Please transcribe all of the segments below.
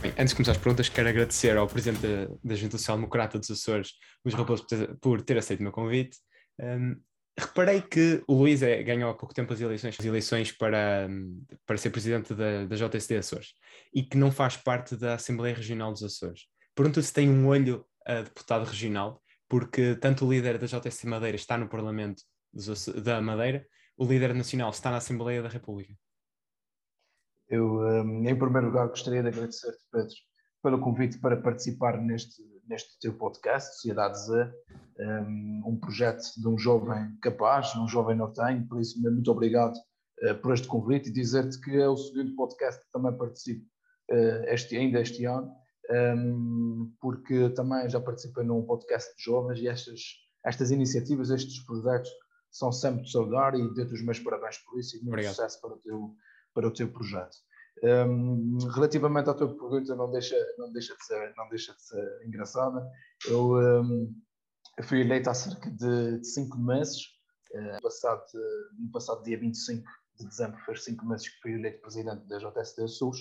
Bem, antes de começar as perguntas, quero agradecer ao Presidente da Juventude Social Democrata dos Açores, Luís Raposo, por ter aceito o meu convite. Reparei que o Luís ganhou há pouco tempo as eleições para ser Presidente da JSD Açores e que não faz parte da Assembleia Regional dos Açores. Pergunto se tem um olho a deputado regional, porque tanto o líder da JSD Madeira está no Parlamento da Madeira, o líder nacional está na Assembleia da República. Eu, em primeiro lugar, gostaria de agradecer-te, Pedro, pelo convite para participar neste teu podcast, Sociedade Z, um projeto de um jovem capaz, um jovem nortenho, por isso, muito obrigado por este convite e dizer-te que é o segundo podcast que também participo ainda este ano, porque também já participei num podcast de jovens e estas iniciativas, estes projetos são sempre de saudar e dou-te os meus parabéns por isso e muito sucesso para o teu projeto. Relativamente à tua pergunta, não deixa de ser engraçada. Eu fui eleito há cerca de 5 meses. No passado dia 25 de dezembro, fez 5 meses que fui eleito presidente da JSD Açores.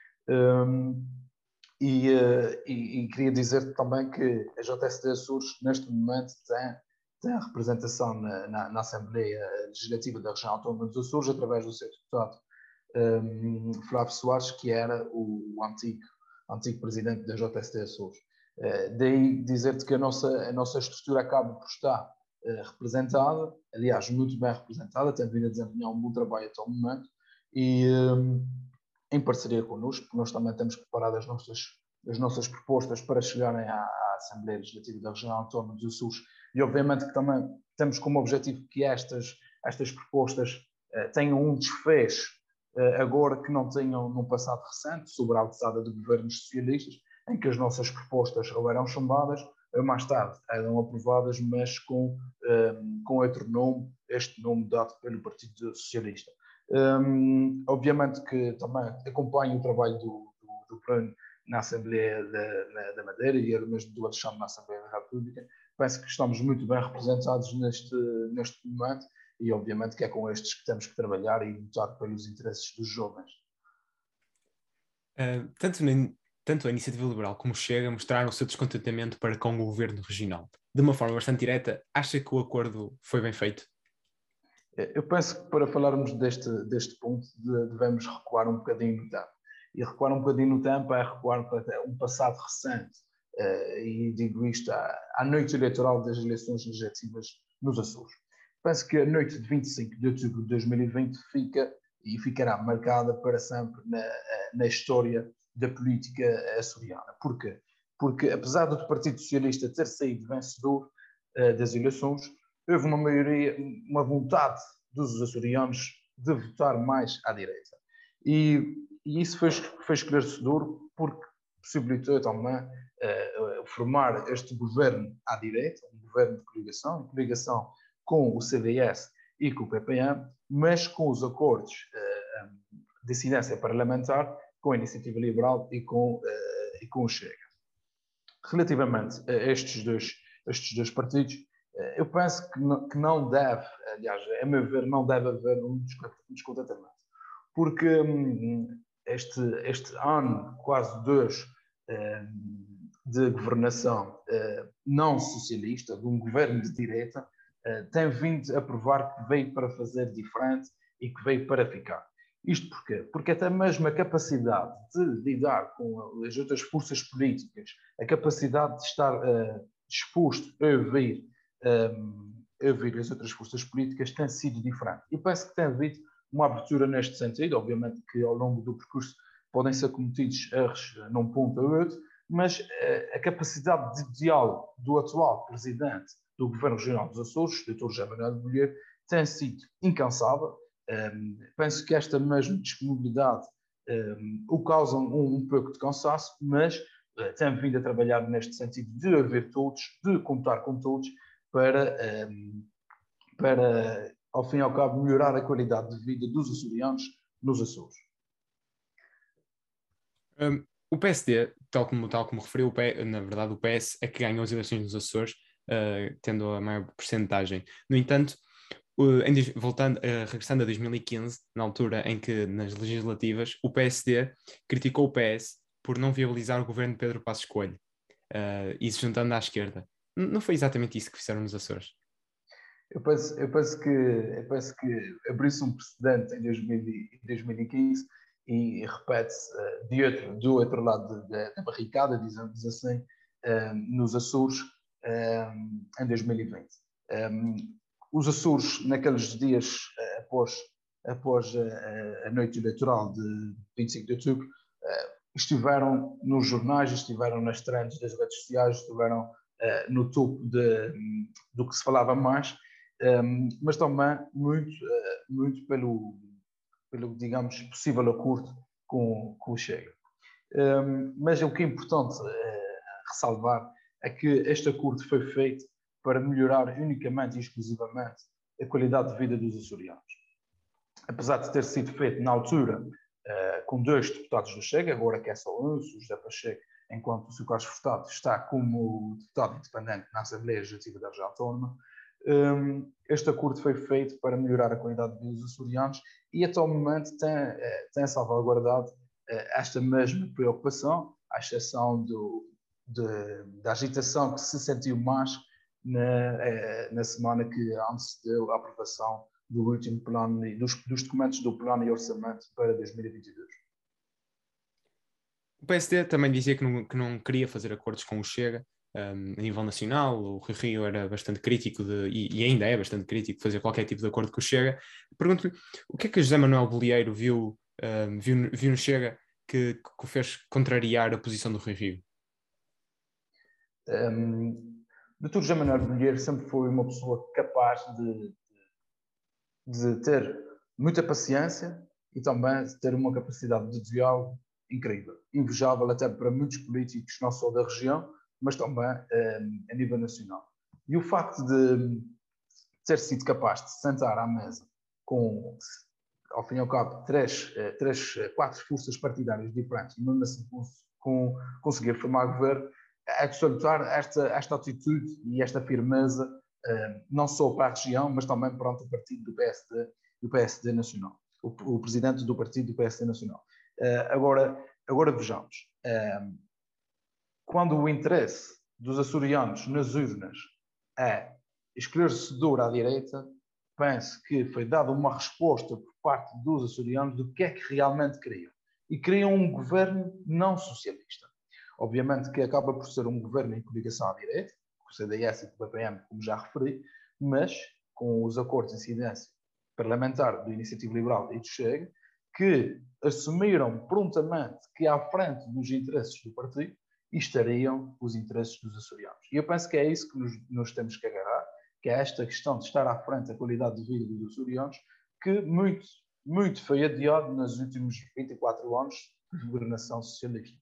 E queria dizer também que a JSD Açores, neste momento, tem a representação na Assembleia Legislativa da Região Autónoma dos Açores, através do seu deputado Flávio Soares, que era o antigo presidente da JSD Açores. Daí dizer-te que a nossa estrutura acaba por estar representada, aliás, muito bem representada, tem vindo a desempenhar um bom trabalho até o momento, e em parceria connosco, porque nós também temos preparado as nossas propostas para chegarem à Assembleia Legislativa da Região Autónoma dos Açores, e obviamente que também temos como objetivo que estas propostas tenham um desfecho agora que não tenham num passado recente, sobre a alçada de governos socialistas, em que as nossas propostas ou eram chumbadas, ou mais tarde eram aprovadas, mas com outro nome, este nome dado pelo Partido Socialista. Obviamente que também acompanho o trabalho do Bruno na Assembleia da Madeira e eu mesmo do Alexandre na Assembleia da República. Penso que estamos muito bem representados neste momento e obviamente que é com estes que temos que trabalhar e lutar pelos interesses dos jovens. Tanto a Iniciativa Liberal como o Chega mostraram o seu descontentamento para com o governo regional. De uma forma bastante direta, acha que o acordo foi bem feito? Eu penso que para falarmos deste ponto devemos recuar um bocadinho no tempo. E recuar um bocadinho no tempo é recuar para um passado recente. E digo isto à noite eleitoral das eleições legislativas nos Açores. Penso que a noite de 25 de outubro de 2020 ficará marcada para sempre na história da política açoriana. Porquê? Porque apesar do Partido Socialista ter saído vencedor das eleições, houve uma vontade dos açorianos de votar mais à direita. E isso foi esclarecedor porque possibilitou também formar este governo à direita, um governo de coligação com o CDS e com o PPM, mas com os acordos de incidência parlamentar com a Iniciativa Liberal e com o Chega. Relativamente a estes dois partidos, eu penso que não deve, aliás, a meu ver, não deve haver um descontentamento. Porque este ano, quase 2, de governação não socialista, de um governo de direita, tem vindo a provar que veio para fazer diferente e que veio para ficar. Isto porquê? Porque até mesmo a capacidade de lidar com as outras forças políticas, a capacidade de estar disposto a ouvir as outras forças políticas tem sido diferente. E parece que tem havido uma abertura neste sentido. Obviamente que ao longo do percurso podem ser cometidos erros num ponto ou outro, mas a capacidade de diálogo do atual presidente do Governo Regional dos Açores, Dr. José Manuel Bolheiro, tem sido incansável. Penso que esta mesma disponibilidade o causa um pouco de cansaço, mas tem vindo a trabalhar neste sentido de haver todos, de contar com todos, para ao fim e ao cabo, melhorar a qualidade de vida dos açorianos nos Açores. O PSD, tal como referiu, na verdade o PS é que ganhou as eleições nos Açores, tendo a maior percentagem. No entanto, regressando a 2015, na altura em que nas legislativas o PSD criticou o PS por não viabilizar o governo de Pedro Passos Coelho, e se juntando à esquerda. Não foi exatamente isso que fizeram nos Açores? Eu penso que abriu-se um precedente em 2015 e repete-se do outro lado da barricada, dizemos assim, nos Açores, em 2020. Os Açores, naqueles dias após a noite eleitoral de 25 de outubro, estiveram nos jornais, estiveram nas trends das redes sociais, estiveram no topo do que se falava mais, mas também muito pelo, digamos, possível acordo com o Chega. Mas o que é importante ressalvar é que este acordo foi feito para melhorar unicamente e exclusivamente a qualidade de vida dos açorianos. Apesar de ter sido feito na altura com 2 deputados do Chega, agora que é só um, o José Pacheco, enquanto o Sr. Carlos Furtado está como deputado independente na Assembleia Legislativa da Região Autónoma, este acordo foi feito para melhorar a qualidade de vida dos açorianos e até o momento tem salvaguardado esta mesma preocupação, à exceção da agitação que se sentiu mais na semana que antecedeu a aprovação do último plano, dos documentos do plano e orçamento para 2022. O PSD também dizia que não queria fazer acordos com o Chega, a nível nacional. O Rui Rio era bastante crítico e ainda é bastante crítico de fazer qualquer tipo de acordo com o Chega. Pergunto-lhe, o que é que José Manuel Bolieiro viu no Chega que o fez contrariar a posição do Rui Rio? O Dr. José Manuel Bolieiro sempre foi uma pessoa capaz de ter muita paciência e também de ter uma capacidade de diálogo incrível, invejável até para muitos políticos, não só da região, mas também a nível nacional. E o facto de ter sido capaz de sentar à mesa com, ao fim e ao cabo, 4 forças partidárias diferentes, e mesmo assim conseguir formar governo, é de salutar esta atitude e esta firmeza, não só para a região, mas também para o partido do PSD Nacional, o presidente do partido do PSD Nacional. Agora vejamos, quando o interesse dos açorianos nas urnas é esclarecedor à direita, penso que foi dada uma resposta por parte dos açorianos do que é que realmente queriam. E queriam um governo não socialista. Obviamente que acaba por ser um governo em coligação à direita, com o CDS e com o PPM, como já referi, mas com os acordos de incidência parlamentar do Iniciativa Liberal e do Chega, que assumiram prontamente que à frente dos interesses do partido estariam os interesses dos açorianos. E eu penso que é isso que nos temos que agarrar, que é esta questão de estar à frente da qualidade de vida dos açorianos, que muito foi adiado nos últimos 24 anos de governação socialista.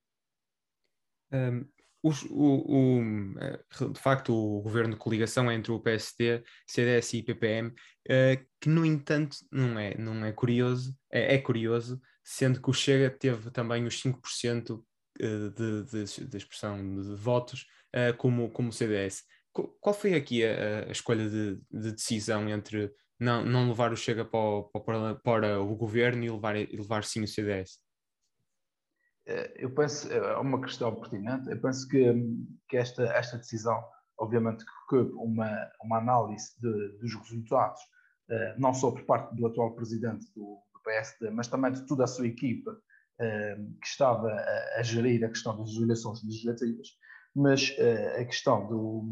De facto, o governo de coligação é entre o PSD, CDS e PPM, que no entanto não é curioso, é curioso, sendo que o Chega teve também os 5% de expressão de votos, como o CDS. Qual foi aqui a escolha de decisão entre não levar o Chega para o governo e levar sim o CDS? Eu penso, é uma questão pertinente, eu penso que esta decisão, obviamente, que coube uma análise dos resultados, não só por parte do atual presidente do PSD, mas também de toda a sua equipa, que estava a gerir a questão das eleições legislativas, mas a questão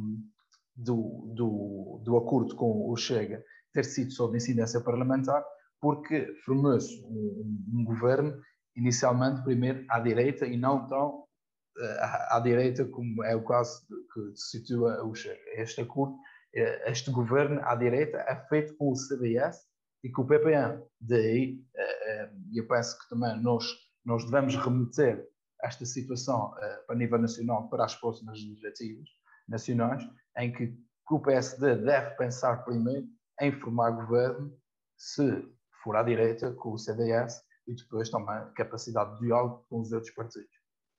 do acordo com o Chega ter sido só de incidência parlamentar, porque formou-se um governo inicialmente primeiro à direita e não tão à direita como é o caso que se situa o Chega. Este acordo, este governo à direita é feito com o CDS e com o PPM. Daí, eu penso que também nós devemos remeter esta situação para nível nacional para as próximas legislativas nacionais, em que o PSD deve pensar primeiro em formar governo, se for à direita, com o CDS, e depois também capacidade de diálogo com os outros partidos.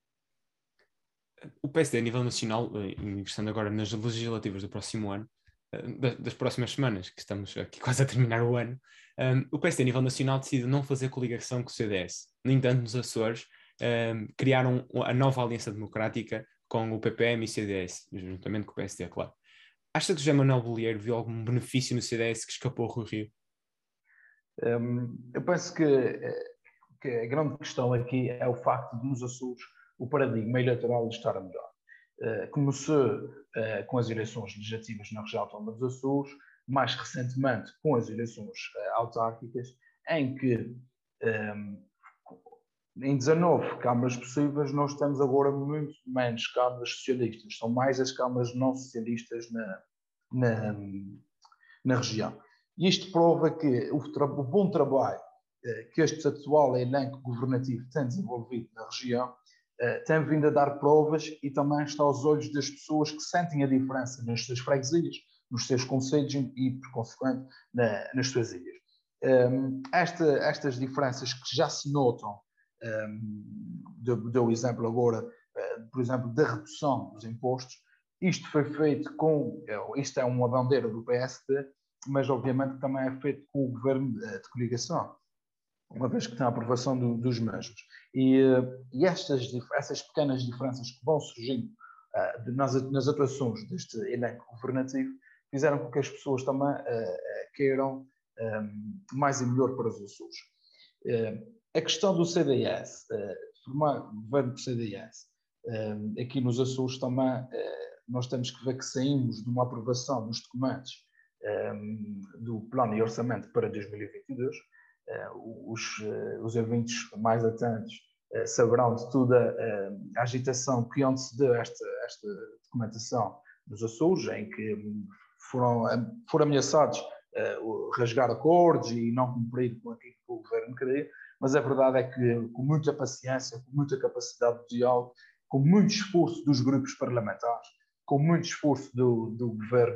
O PSD a nível nacional, ingressando agora nas legislativas do próximo ano, das próximas semanas, que estamos aqui quase a terminar o ano, o PSD a nível nacional decide não fazer coligação com o CDS. No entanto, nos Açores, criaram a nova Aliança Democrática com o PPM e o CDS, juntamente com o PSD, claro. Acha que José Manuel Bolieiro viu algum benefício no CDS que escapou ao Rui Rio? Eu penso que a grande questão aqui é o facto de, nos Açores, o paradigma eleitoral estar a mudar. Começou com as eleições legislativas na região autónoma dos Açores, mais recentemente com as eleições autárquicas, em que em 19 câmaras possíveis nós temos agora muito menos câmaras socialistas, são mais as câmaras não socialistas na região. E isto prova que o bom trabalho que este atual elenco governativo tem desenvolvido na região tem vindo a dar provas e também está aos olhos das pessoas que sentem a diferença nas suas freguesias, nos seus concelhos e, por consequente, nas suas ilhas. Estas diferenças que já se notam, dou o exemplo agora, por exemplo, da redução dos impostos, isto foi feito isto é uma bandeira do PSD, mas obviamente também é feito com o governo de coligação, uma vez que tem a aprovação dos mesmos. E essas pequenas diferenças que vão surgindo nas atuações deste elenco governativo fizeram com que as pessoas também queiram mais e melhor para os Açores. A questão do CDS, formar governo do CDS, aqui nos Açores também nós temos que ver que saímos de uma aprovação dos documentos do Plano e Orçamento para 2022. Os ouvintes mais atentos saberão de toda a agitação que antecedeu esta documentação nos Açores, em que foram ameaçados rasgar acordos e não cumprir com aquilo que o governo queria, mas a verdade é que com muita paciência, com muita capacidade de diálogo, com muito esforço dos grupos parlamentares, com muito esforço do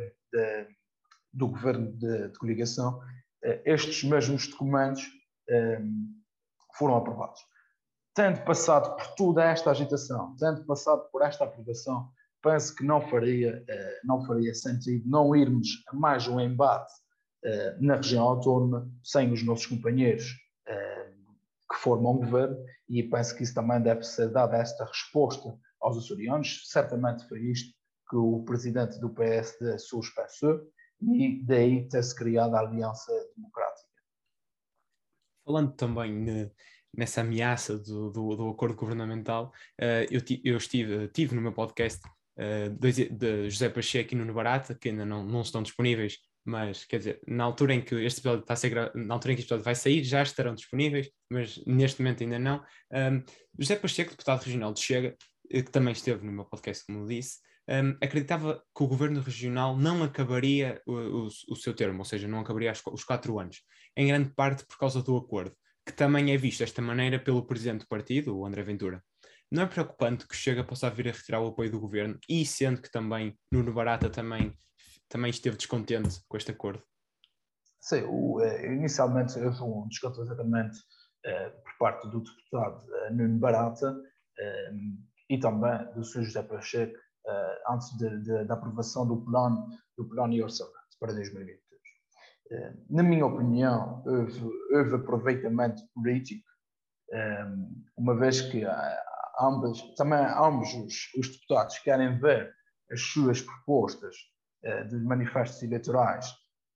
governo de coligação, estes mesmos documentos foram aprovados. Tendo passado por toda esta agitação, tendo passado por esta aprovação, penso que não faria sentido não irmos a mais um embate na região autónoma sem os nossos companheiros que formam o governo, e penso que isso também deve ser dada esta resposta aos açorianos. Certamente foi isto que o presidente do PSD Açores pensou, e daí ter-se criado a Aliança Democrática. Falando também nessa ameaça do acordo governamental, eu tive no meu podcast de José Pacheco e Nuno Barata, que ainda não estão disponíveis, mas quer dizer, na altura em que este episódio está a ser na altura em que este episódio vai sair, já estarão disponíveis, mas neste momento ainda não. José Pacheco, deputado regional de Chega, que também esteve no meu podcast, como disse, acreditava que o governo regional não acabaria o seu termo, ou seja, não acabaria os 4 anos, em grande parte por causa do acordo, que também é visto desta maneira pelo presidente do partido, o André Ventura. Não é preocupante que o Chega possa vir a retirar o apoio do governo, e sendo que também Nuno Barata também esteve descontente com este acordo? Sim, inicialmente houve um descontentamento por parte do deputado Nuno Barata e também do Sr. José Pacheco antes da aprovação do plano e orçamento para 2022. Na minha opinião, houve aproveitamento político, uma vez que ambos os deputados querem ver as suas propostas de manifestos eleitorais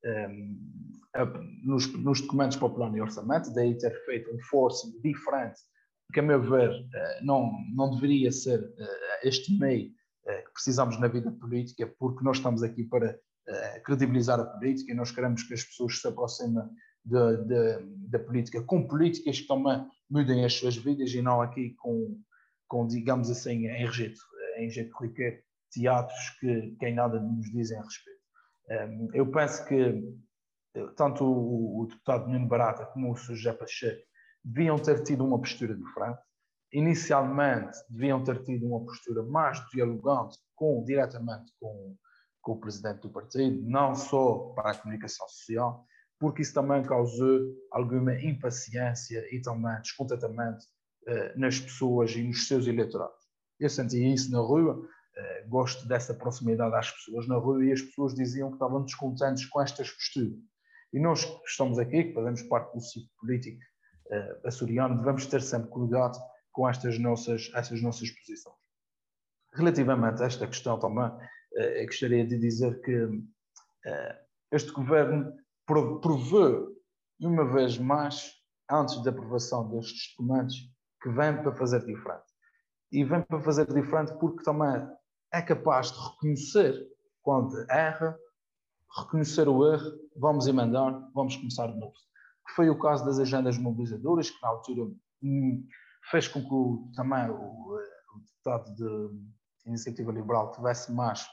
nos documentos para o plano e orçamento, daí ter feito um forcing diferente, que a meu ver não deveria ser este meio que precisamos na vida política, porque nós estamos aqui para credibilizar a política e nós queremos que as pessoas se aproximem da política com políticas que também mudem as suas vidas e não aqui com digamos assim, em jeito de teatros que em nada nos dizem a respeito. Eu penso que tanto o deputado Nuno Barata como o Sr. José Pacheco deviam ter tido uma postura diferente. Inicialmente, deviam ter tido uma postura mais dialogante diretamente com o presidente do partido, não só para a comunicação social, porque isso também causou alguma impaciência e também descontentamento nas pessoas e nos seus eleitorados. Eu senti isso na rua, gosto dessa proximidade às pessoas na rua, e as pessoas diziam que estavam descontentes com estas posturas. E nós que estamos aqui, que fazemos parte do ciclo político açoriano, devemos ter sempre cuidado com estas nossas posições. Relativamente a esta questão também, eu gostaria de dizer que este governo provê, uma vez mais, antes da aprovação destes documentos, que vem para fazer diferente. E vem para fazer diferente porque também é capaz de reconhecer quando erra, reconhecer o erro, vamos emendar, vamos começar de novo. Que foi o caso das agendas mobilizadoras, que na altura fez com que também o deputado de Iniciativa Liberal tivesse mais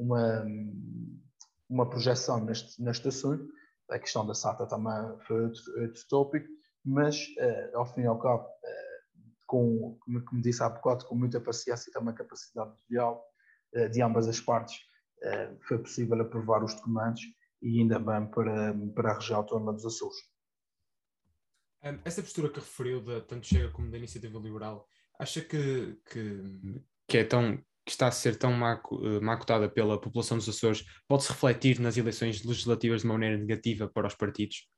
uma projeção neste assunto. A questão da SATA também foi outro tópico, mas ao fim e ao cabo, como disse há bocado, com muita paciência e também capacidade de diálogo de ambas as partes, foi possível aprovar os documentos e ainda bem para a região autónoma dos Açores. Essa postura que referiu, tanto Chega como da Iniciativa Liberal, acha que está a ser tão macutada pela população dos Açores, pode-se refletir nas eleições legislativas de uma maneira negativa para os partidos?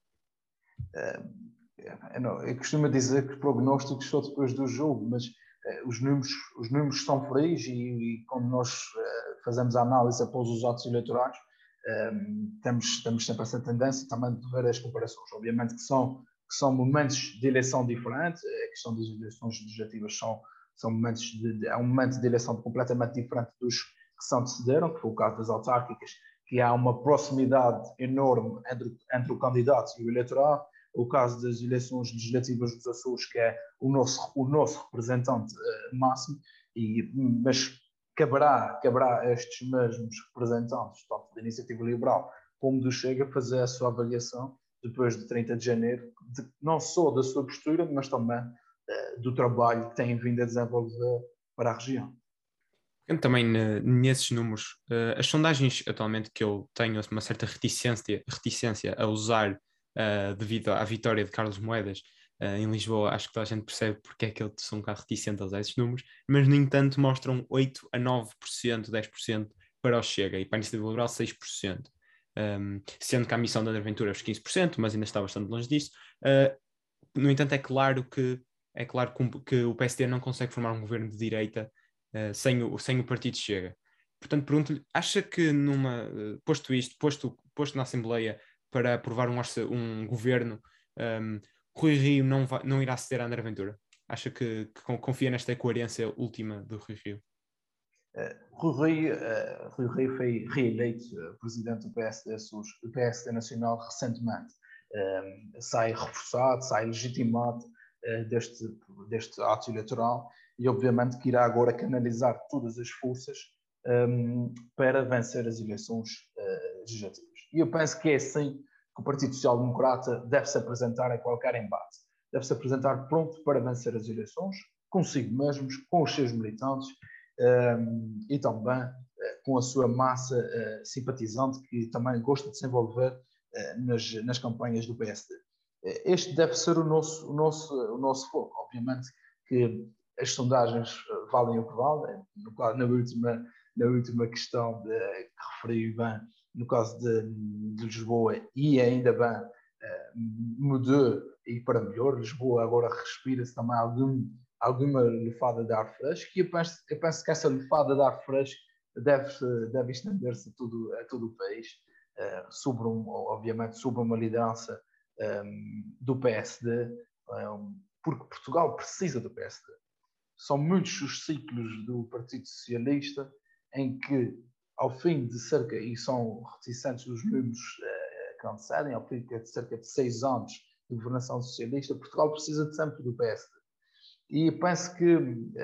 Eu costumo dizer que prognósticos só depois do jogo, mas os números são frios e quando nós fazemos a análise após os atos eleitorais, temos sempre essa tendência também de ver as comparações. Obviamente que são momentos de eleição diferentes, a questão das eleições legislativas são momentos é um momento de eleição completamente diferente dos que se antecederam, que foi o caso das autárquicas, que há uma proximidade enorme entre o candidato e o eleitorado. O caso das eleições legislativas dos Açores, que é o nosso representante máximo, mas caberá a estes mesmos representantes, tanto da Iniciativa Liberal como do Chega, fazer a sua avaliação depois de 30 de janeiro, não só da sua postura, mas também do trabalho que têm vindo a desenvolver para a região. Também nesses números, as sondagens atualmente que eu tenho uma certa reticência a usar devido à vitória de Carlos Moedas em Lisboa, acho que toda a gente percebe porque é que eu sou um bocado reticente a usar esses números, mas no entanto mostram 8 a 9%, 10% para o Chega e para a Iniciativa Liberal 6%. Sendo que a missão da André Ventura é os 15%, mas ainda está bastante longe disso. No entanto, é claro que o PSD não consegue formar um governo de direita sem o partido Chega. Portanto, pergunto-lhe, acha que posto na Assembleia para aprovar um governo, Rui Rio não irá ceder a André Ventura? Acha que confia nesta coerência última do Rui Rio? Rui Rio foi reeleito presidente do PSD Nacional recentemente. Sai reforçado, sai legitimado deste ato eleitoral e obviamente que irá agora canalizar todas as forças para vencer as eleições legislativas. E eu penso que é assim que o Partido Social Democrata deve se apresentar a qualquer embate. Deve se apresentar pronto para vencer as eleições, consigo mesmos, com os seus militantes e também com a sua massa simpatizante que também gosta de se envolver nas campanhas do PSD. Este deve ser o nosso foco. Obviamente que as sondagens valem o que valem. Na última questão que referi bem, no caso de Lisboa, e ainda bem, mudou e para melhor. Lisboa agora respira-se também alguma lefada de ar fresco, e eu penso que essa lefada de ar fresco deve estender-se a todo o país, obviamente sobre uma liderança do PSD, porque Portugal precisa do PSD. São muitos os ciclos do Partido Socialista em que, ao fim de e são reticentes os números que antecedem, ao fim de cerca de 6 anos de governação socialista, Portugal precisa de sempre do PSD. E penso que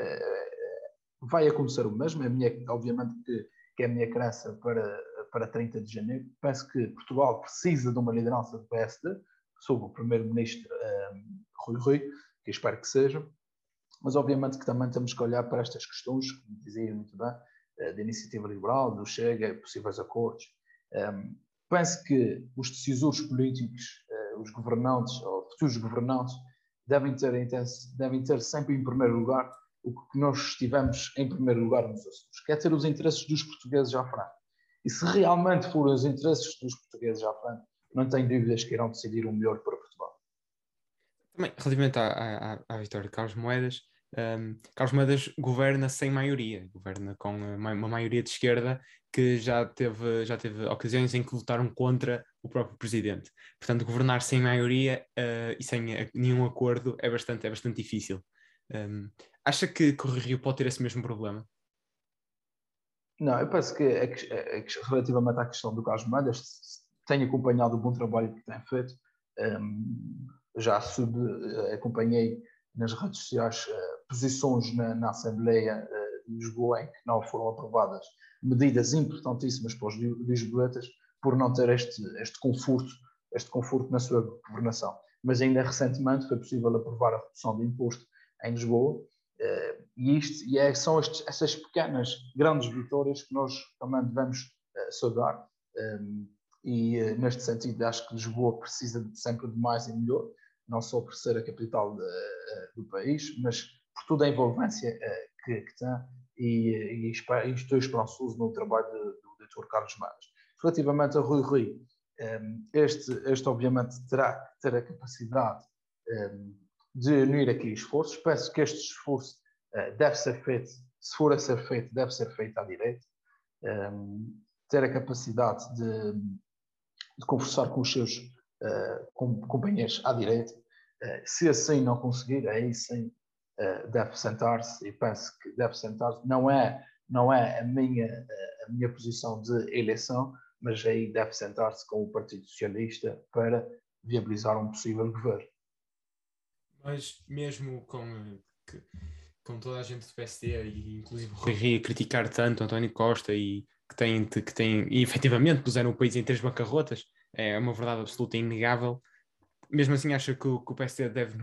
vai acontecer o mesmo, obviamente que é a minha crença para 30 de janeiro. Penso que Portugal precisa de uma liderança do PSD, sob o primeiro-ministro Rui, que espero que seja, mas obviamente que também temos que olhar para estas questões, como dizia muito bem, da Iniciativa Liberal, do Chega, possíveis acordos. Penso que os decisores políticos, os governantes, ou futuros governantes, devem ter sempre em primeiro lugar o que nós tivemos em primeiro lugar nos Açores, que é ter os interesses dos portugueses à frente. E se realmente forem os interesses dos portugueses à frente, não tenho dúvidas que irão decidir o melhor para Portugal. Também, relativamente à vitória de Carlos Moedas, Carlos Moedas governa sem maioria, governa com uma maioria de esquerda que já teve ocasiões em que votaram contra o próprio presidente. Portanto, governar sem maioria e sem nenhum acordo é bastante difícil. Acha que o Rio pode ter esse mesmo problema? Não, eu penso que relativamente à questão do Carlos Moedas, tenho acompanhado o bom trabalho que tem feito. Já acompanhei nas redes sociais posições na Assembleia de Lisboa em que não foram aprovadas medidas importantíssimas para os lisboetas por não ter este conforto na sua governação. Mas ainda recentemente foi possível aprovar a redução de imposto em Lisboa, são essas pequenas, grandes vitórias que nós também devemos saudar. Neste sentido, acho que Lisboa precisa sempre de mais e melhor, não só por ser a capital do país, mas por toda a envolvência que tem, e estou esperançoso no trabalho do Dr. Carlos Moedas. Relativamente a Rui Rio, este obviamente terá que ter a capacidade de unir aqui esforços. Penso que este esforço deve ser feito, se for a ser feito, deve ser feito à direita. Ter a capacidade de conversar com os seus companheiros à direita. Se assim não conseguir, aí sim deve sentar-se, e penso que deve sentar-se. Não é a minha posição de eleição, mas aí deve sentar-se com o Partido Socialista para viabilizar um possível governo. Mas mesmo com toda a gente do PSD, e inclusive o Rui Rio a criticar tanto António Costa e que tem e efetivamente puseram o país em 3 bancarrotas, é uma verdade absoluta e inegável. Mesmo assim, acha que o PSD deve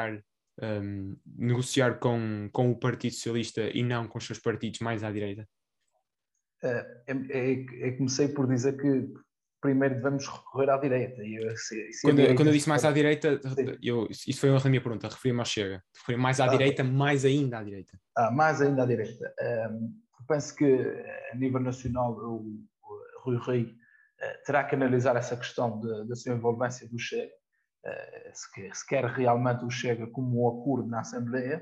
negociar com o Partido Socialista e não com os seus partidos mais à direita? Comecei por dizer que primeiro devemos recorrer à direita. Quando eu disse mais à direita, isso foi uma da minha pergunta, referi-me ao Chega. Referi mais à direita, mais ainda à direita. Mais ainda à direita. Penso que a nível nacional o Rui Rio terá que analisar essa questão da sua envolvência do Chega, se quer realmente o Chega como um acordo na Assembleia.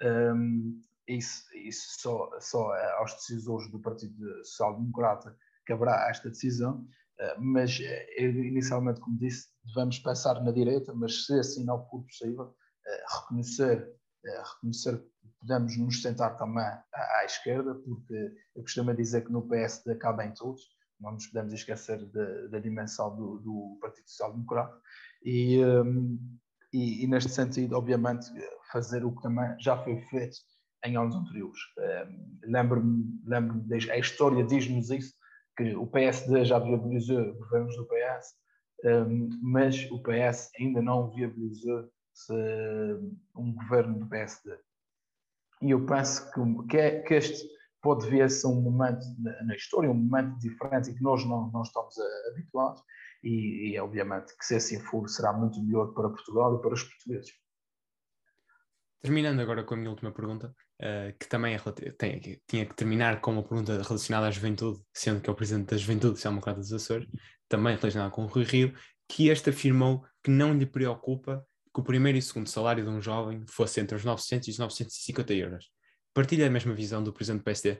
Isso só aos decisores do Partido Social Democrata caberá esta decisão, mas inicialmente, como disse, devemos pensar na direita, mas se assim não for possível, reconhecer que podemos nos sentar também à esquerda, porque eu costumo dizer que no PSD cabem todos, não nos podemos esquecer da dimensão do Partido Social Democrata, e neste sentido, obviamente, fazer o que também já foi feito em anos anteriores. Lembro-me, a história diz-nos isso, que o PSD já viabilizou governos do PS, mas o PS ainda não viabilizou um governo do PSD. E eu penso que este pode vir a ser um momento na história, um momento diferente e que nós não estamos habituados, e obviamente que se assim for será muito melhor para Portugal e para os portugueses. Terminando agora com a minha última pergunta, que também tinha que terminar com uma pergunta relacionada à juventude, sendo que é o presidente da Juventude Social Democrata dos Açores, também relacionada com o Rui Rio, que este afirmou que não lhe preocupa que o primeiro e segundo salário de um jovem fosse entre os 900 e os 950 euros. Partilha a mesma visão do presidente do PSD?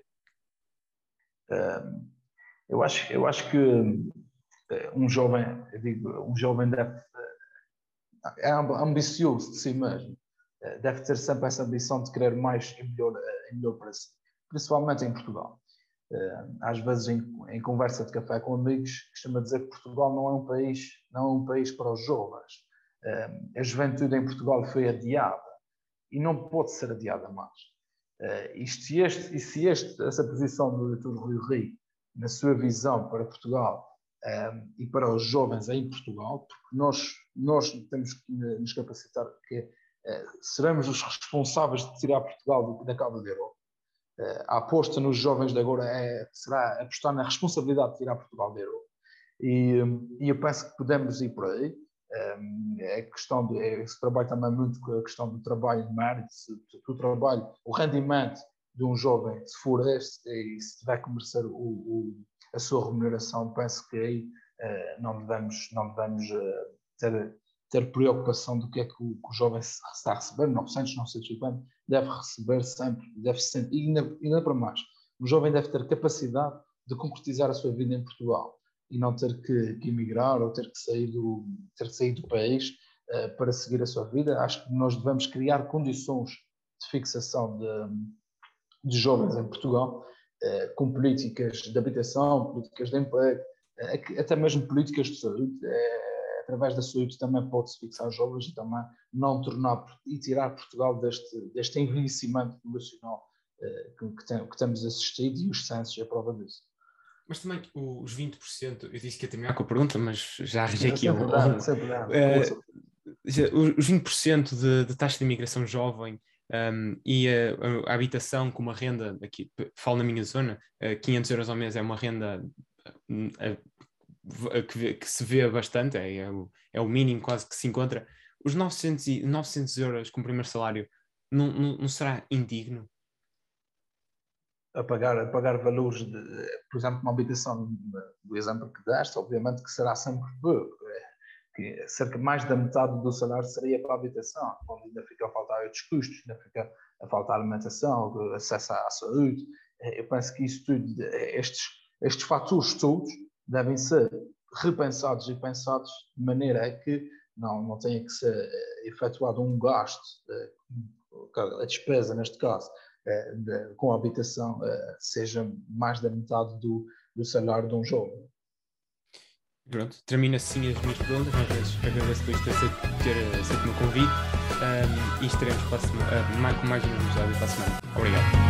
Eu acho que um jovem é ambicioso de si mesmo, deve ter sempre essa ambição de querer mais e melhor para si, principalmente em Portugal. Às vezes em conversa de café com amigos, costumo dizer que Portugal não é um país para os jovens. A juventude em Portugal foi adiada e não pode ser adiada mais. Se essa posição do Dr. Rui Rio, na sua visão para Portugal e para os jovens em Portugal, porque nós temos que nos capacitar que seremos os responsáveis de tirar Portugal da cauda da Europa. A aposta nos jovens de agora será apostar na responsabilidade de tirar Portugal da Europa. E eu penso que podemos ir por aí. Se trabalha também muito com a questão do trabalho de mérito, o rendimento de um jovem, se for este, e se tiver que merecer a sua remuneração, penso que aí não devemos ter ter preocupação do que é que o jovem está a receber, 900, 950, deve receber sempre, deve sempre, e ainda para mais, o jovem deve ter capacidade de concretizar a sua vida em Portugal e não ter que emigrar ou ter que sair do país para seguir a sua vida. Acho que nós devemos criar condições de fixação de jovens em Portugal, com políticas de habitação, políticas de emprego, até mesmo políticas de saúde. Através da saúde também pode-se fixar jovens e também não tornar e tirar Portugal deste envelhecimento populacional que temos assistido, e os censos é a prova disso. Mas também os 20%, eu disse que ia terminar com a pergunta, mas já arranjei aqui os 20% de taxa de imigração jovem e a habitação com uma renda, aqui falo na minha zona, 500 euros ao mês é uma renda que se vê bastante, é o mínimo quase que se encontra. Os 900 euros como primeiro salário não será indigno? A pagar valores, por exemplo, uma habitação, do exemplo que deste, obviamente que será sempre pouco. Que cerca de mais da metade do salário seria para a habitação, onde ainda fica a faltar outros custos, ainda fica a faltar alimentação, acesso à saúde. Eu penso que isso tudo, estes fatores todos devem ser repensados e pensados de maneira a que não tenha que ser efetuado um gasto, a despesa neste caso, com a habitação, seja mais da metade do salário de um jovem. Pronto, termino assim as minhas perguntas. Mais vezes agradeço por ter aceito o meu convite e estaremos com mais um episódio para a semana. Obrigado.